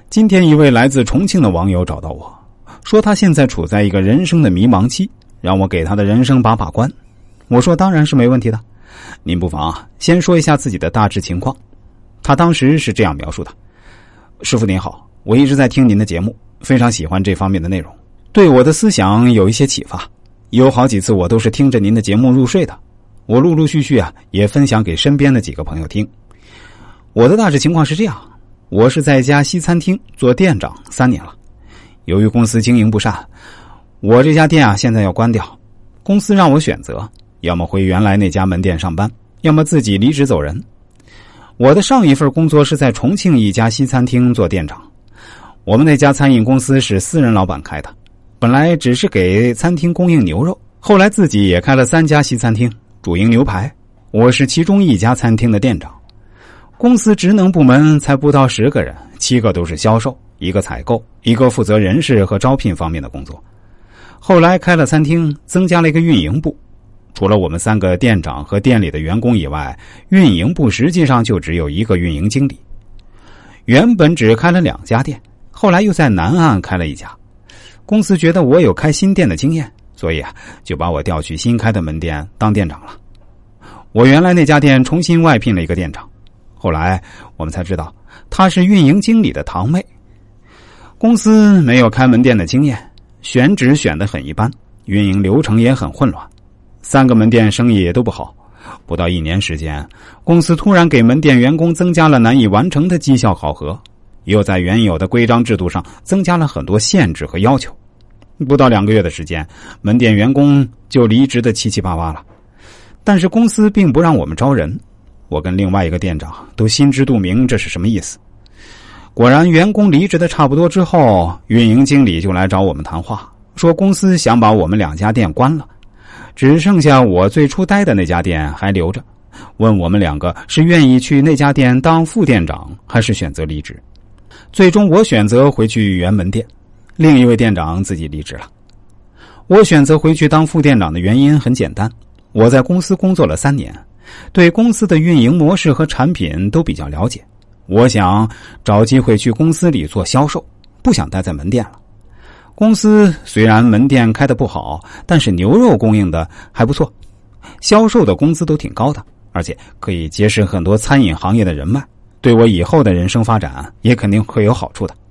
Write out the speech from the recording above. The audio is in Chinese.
今天一位来自重庆的网友找到我，说他现在处在一个人生的迷茫期，让我给他的人生把关。我说当然是没问题的，您不妨先说一下自己的大致情况。他当时是这样描述的：师傅您好，我一直在听您的节目，非常喜欢这方面的内容，对我的思想有一些启发，有好几次我都是听着您的节目入睡的。我陆陆续续也分享给身边的几个朋友听。我的大致情况是这样，我是在一家西餐厅做店长3年了，由于公司经营不善，我这家店现在要关掉。公司让我选择，要么回原来那家门店上班，要么自己离职走人。我的上一份工作是在重庆一家西餐厅做店长，我们那家餐饮公司是私人老板开的，本来只是给餐厅供应牛肉，后来自己也开了3家西餐厅，主营牛排，我是其中一家餐厅的店长。公司职能部门才不到10个人，7个都是销售，1个采购，1个负责人事和招聘方面的工作。后来开了餐厅，增加了一个运营部，除了我们3个店长和店里的员工以外，运营部实际上就只有1个运营经理。原本只开了2家店，后来又在南岸开了1家。公司觉得我有开新店的经验，所以就把我调去新开的门店当店长了。我原来那家店重新外聘了一个店长，后来我们才知道他是运营经理的堂妹。公司没有开门店的经验，选址选得很一般，运营流程也很混乱，3个门店生意也都不好。不到1年时间，公司突然给门店员工增加了难以完成的绩效考核，又在原有的规章制度上增加了很多限制和要求。不到2个月的时间，门店员工就离职的七七八八了。但是公司并不让我们招人，我跟另外一个店长都心知肚明这是什么意思。果然员工离职的差不多之后，运营经理就来找我们谈话，说公司想把我们2家店关了，只剩下我最初待的那家店还留着，问我们2个是愿意去那家店当副店长还是选择离职。最终我选择回去原门店，另一位店长自己离职了。我选择回去当副店长的原因很简单，我在公司工作了3年，对公司的运营模式和产品都比较了解，我想找机会去公司里做销售，不想待在门店了。公司虽然门店开得不好，但是牛肉供应的还不错，销售的工资都挺高的，而且可以结识很多餐饮行业的人脉，对我以后的人生发展也肯定会有好处的。